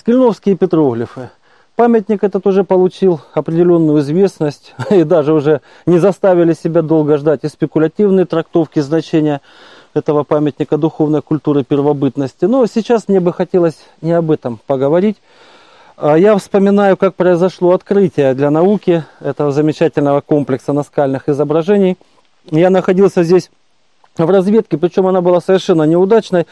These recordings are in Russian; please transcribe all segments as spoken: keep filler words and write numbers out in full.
Скельновские петроглифы. Памятник этот уже получил определенную известность, и даже уже не заставили себя долго ждать и спекулятивные трактовки значения этого памятника духовной культуры первобытности. Но сейчас мне бы хотелось не об этом поговорить. Я вспоминаю, как произошло открытие для науки этого замечательного комплекса наскальных изображений. Я находился здесь в разведке, причем она была совершенно неудачной.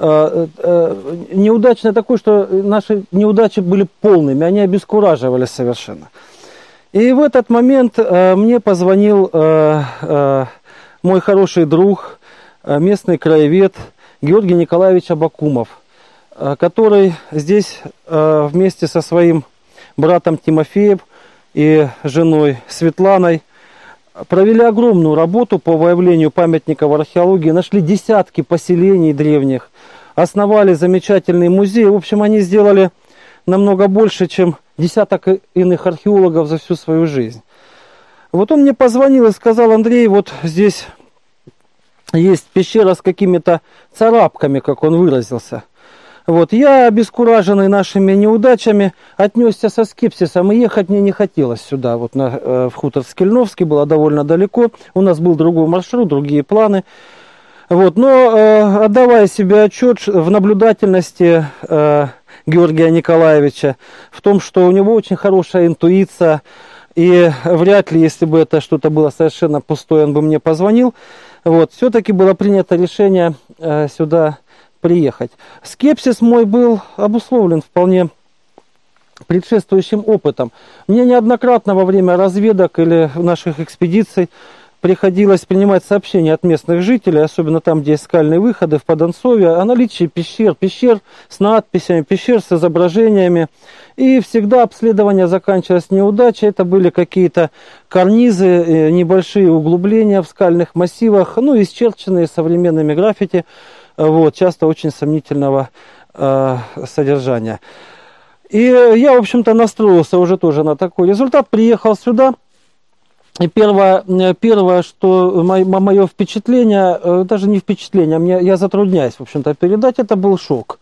Неудачной такой, что наши неудачи были полными, они обескураживали совершенно. И в этот момент мне позвонил мой хороший друг, местный краевед Георгий Николаевич Абакумов, который здесь вместе со своим братом Тимофеем и женой Светланой провели огромную работу по выявлению памятников археологии, нашли десятки поселений древних, основали замечательный музей. В общем, они сделали намного больше, чем десяток иных археологов за всю свою жизнь. Вот он мне позвонил и сказал: Андрей, вот здесь есть пещера с какими-то царапками, как он выразился. Вот, я, обескураженный нашими неудачами, отнесся со скепсисом, и ехать мне не хотелось сюда, вот на, э, в хутор Скельновский, было довольно далеко, у нас был другой маршрут, другие планы. Вот, но э, отдавая себе отчет в наблюдательности э, Георгия Николаевича, в том, что у него очень хорошая интуиция, и вряд ли, если бы это что-то было совершенно пустое, он бы мне позвонил, вот, все-таки было принято решение э, сюда приехать. Скепсис мой был обусловлен вполне предшествующим опытом. Мне неоднократно во время разведок или наших экспедиций приходилось принимать сообщения от местных жителей, особенно там, где есть скальные выходы, в Подонцовье, о наличии пещер, пещер с надписями, пещер с изображениями. И всегда обследование заканчивалось неудачей. Это были какие-то карнизы, небольшие углубления в скальных массивах, ну, исчерченные современными граффити. Вот, часто очень сомнительного э, содержания. И я, в общем-то, настроился уже тоже на такой результат. Приехал сюда. И первое, первое что мое впечатление, даже не впечатление, мне, я затрудняюсь, в общем-то, передать, это был шок.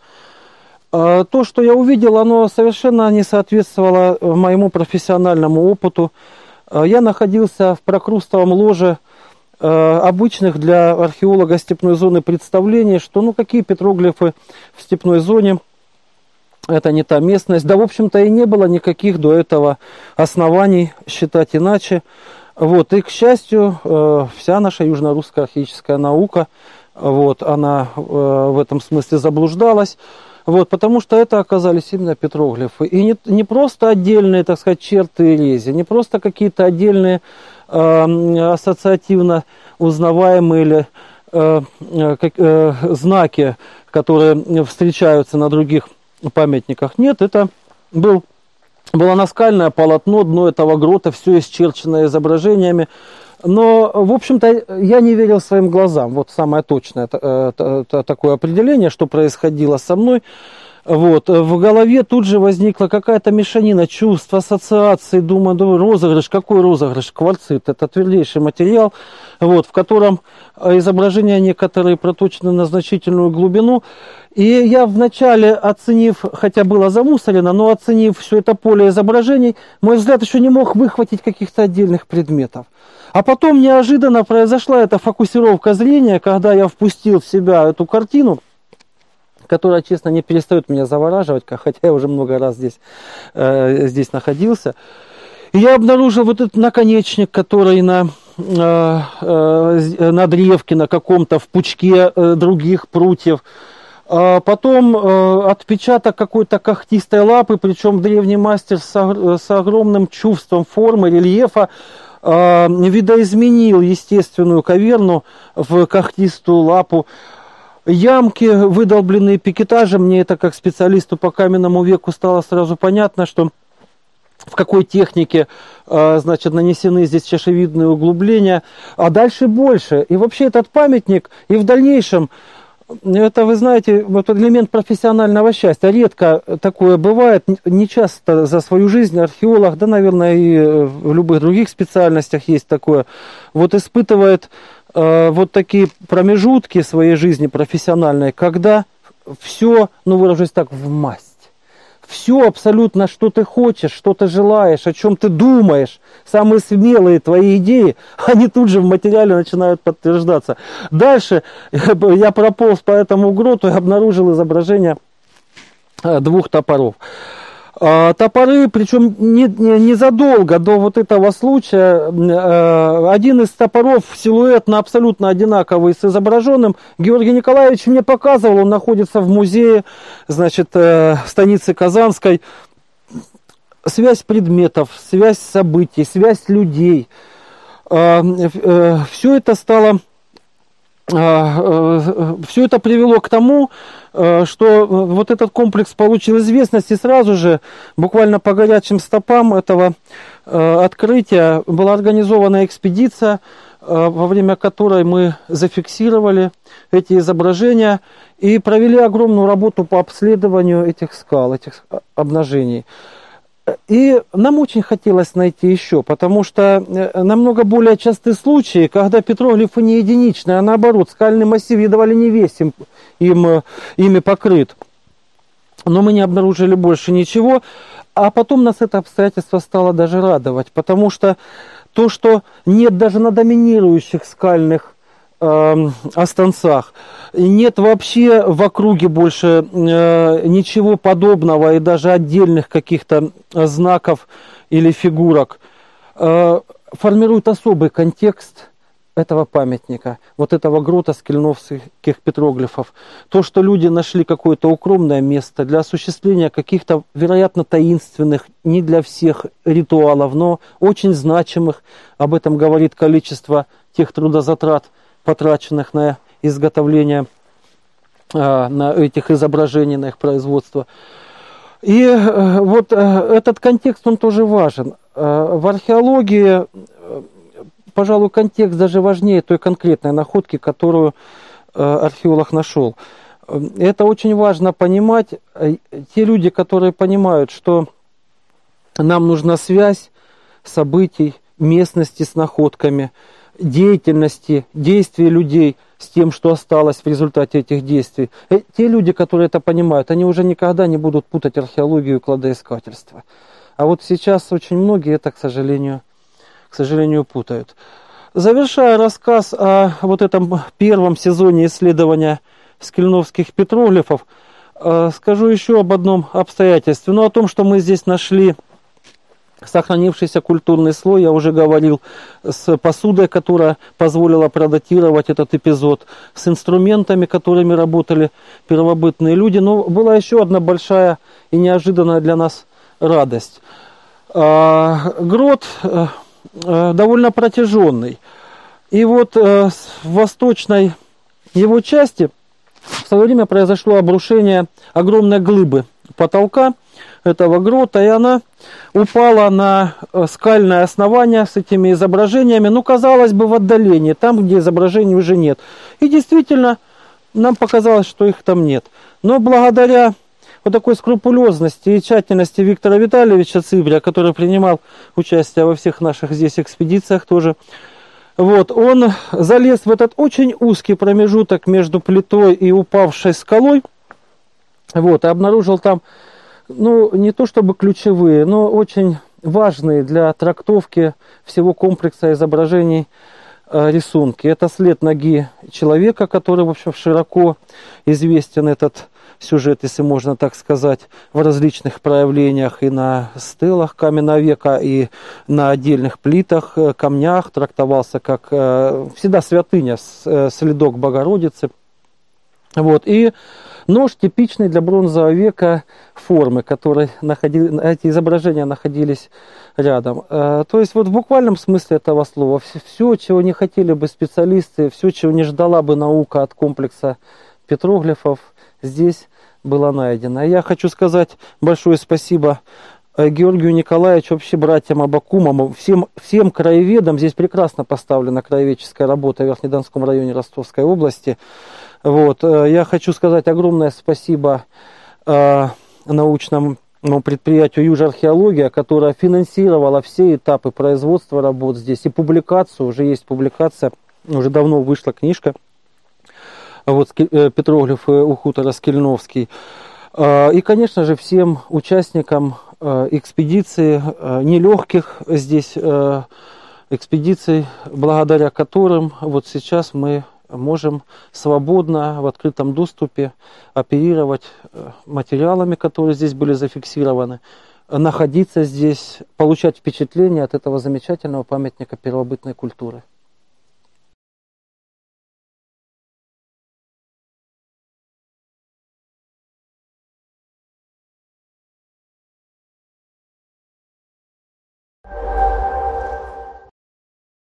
То, что я увидел, оно совершенно не соответствовало моему профессиональному опыту. Я находился в прокрустовом ложе обычных для археолога степной зоны представлений, что ну какие петроглифы в степной зоне, это не та местность. Да, в общем-то, и не было никаких до этого оснований считать иначе. Вот, и, к счастью, вся наша южно-русская археологическая наука, вот, она в этом смысле заблуждалась. Вот, потому что это оказались именно петроглифы. И не, не просто отдельные, так сказать, черты рези, не просто какие-то отдельные э, ассоциативно узнаваемые или э, как, э, знаки, которые встречаются на других памятниках. Нет, это был, было наскальное полотно, дно этого грота, все исчерченное изображениями. Но, в общем-то, я не верил своим глазам. Вот самое точное такое определение, что происходило со мной. Вот. В голове тут же возникла какая-то мешанина чувств, ассоциаций. Думаю, да, розыгрыш, какой розыгрыш? Кварцит, это твердейший материал, вот, в котором изображения некоторые проточены на значительную глубину. И я вначале, оценив, хотя было замусорено, но оценив все это поле изображений, мой взгляд еще не мог выхватить каких-то отдельных предметов. А потом неожиданно произошла эта фокусировка зрения, когда я впустил в себя эту картину, которая, честно, не перестает меня завораживать, хотя я уже много раз здесь, э, здесь находился. И я обнаружил вот этот наконечник, который на, э, э, на древке, на каком-то в пучке э, других прутьев. А потом э, отпечаток какой-то когтистой лапы, причем древний мастер с, с огромным чувством формы, рельефа, видоизменил естественную каверну в когтистую лапу. Ямки, выдолбленные пикетажем, мне это как специалисту по каменному веку стало сразу понятно, что в какой технике, значит, нанесены здесь чашевидные углубления, а дальше больше. И вообще этот памятник и в дальнейшем, это, вы знаете, вот элемент профессионального счастья. Редко такое бывает, не часто за свою жизнь археолог, да, наверное, и в любых других специальностях есть такое, вот испытывает э, вот такие промежутки своей жизни профессиональной, когда все, ну, выражусь так, в масть. все абсолютно, что ты хочешь, что ты желаешь, о чем ты думаешь, самые смелые твои идеи, они тут же в материале начинают подтверждаться. Дальше я прополз по этому гроту и обнаружил изображение двух топоров. Топоры, причем незадолго до вот этого случая, один из топоров силуэтно абсолютно одинаковый с изображенным, Георгий Николаевич мне показывал, он находится в музее, значит, станицы Казанской. Связь предметов, связь событий, связь людей. Все это стало... Все это привело к тому, что вот этот комплекс получил известность, и сразу же, буквально по горячим стопам этого открытия, была организована экспедиция, во время которой мы зафиксировали эти изображения и провели огромную работу по обследованию этих скал, этих обнажений. И нам очень хотелось найти еще, потому что намного более частые случаи, когда петроглифы не единичные, а наоборот, скальный массив едва ли не весь им, им, ими покрыт. Но мы не обнаружили больше ничего, а потом нас это обстоятельство стало даже радовать, потому что то, что нет даже на доминирующих скальных э, останцах, нет вообще в округе больше э, ничего подобного и даже отдельных каких-то знаков или фигурок, э, формирует особый контекст этого памятника, вот этого грота скельновских петроглифов. То, что люди нашли какое-то укромное место для осуществления каких-то, вероятно, таинственных, не для всех ритуалов, но очень значимых, об этом говорит количество тех трудозатрат, потраченных на изготовление а, на этих изображений, на их производство. И а, вот а, этот контекст, он тоже важен. А, в археологии, пожалуй, контекст даже важнее той конкретной находки, которую а, археолог нашел. Это очень важно понимать. Те люди, которые понимают, что нам нужна связь событий, местности с находками, деятельности, действий людей с тем, что осталось в результате этих действий. Те люди, которые это понимают, они уже никогда не будут путать археологию и кладоискательство. А вот сейчас очень многие это, к сожалению, к сожалению, путают. Завершая рассказ о вот этом первом сезоне исследования скельновских петроглифов, скажу еще об одном обстоятельстве. Ну, о том, что мы здесь нашли сохранившийся культурный слой, я уже говорил, с посудой, которая позволила продатировать этот эпизод, с инструментами, которыми работали первобытные люди. Но была еще одна большая и неожиданная для нас радость. Грот довольно протяженный. И вот в восточной его части в свое время произошло обрушение огромной глыбы потолка этого грота, и она упала на скальное основание с этими изображениями, ну, казалось бы, в отдалении, там, где изображений уже нет. И действительно, нам показалось, что их там нет. Но благодаря вот такой скрупулезности и тщательности Виктора Витальевича Цыбря, который принимал участие во всех наших здесь экспедициях тоже, вот, он залез в этот очень узкий промежуток между плитой и упавшей скалой, вот, и обнаружил там, ну, не то чтобы ключевые, но очень важные для трактовки всего комплекса изображений э, рисунки. Это след ноги человека, который, в общем, широко известен этот сюжет, если можно так сказать, в различных проявлениях и на стелах каменного века, и на отдельных плитах, камнях, трактовался как э, всегда святыня, э, следок Богородицы. Вот, и нож типичный для бронзового века формы, которые находили, эти изображения находились рядом. То есть вот в буквальном смысле этого слова все, чего не хотели бы специалисты, все, чего не ждала бы наука от комплекса петроглифов, здесь было найдено. Я хочу сказать большое спасибо Георгию Николаевичу, вообще братьям Абакумовым, всем, всем краеведам. Здесь прекрасно поставлена краеведческая работа в Верхнедонском районе Ростовской области. Вот. Я хочу сказать огромное спасибо э, научному предприятию «Южархеология», которое финансировало все этапы производства работ здесь. И публикацию, уже есть публикация, уже давно вышла книжка, вот, «Петроглифы у хутора Скельновский». И, конечно же, всем участникам экспедиции, нелегких здесь экспедиций, благодаря которым вот сейчас мы можем свободно в открытом доступе оперировать материалами, которые здесь были зафиксированы, находиться здесь, получать впечатление от этого замечательного памятника первобытной культуры.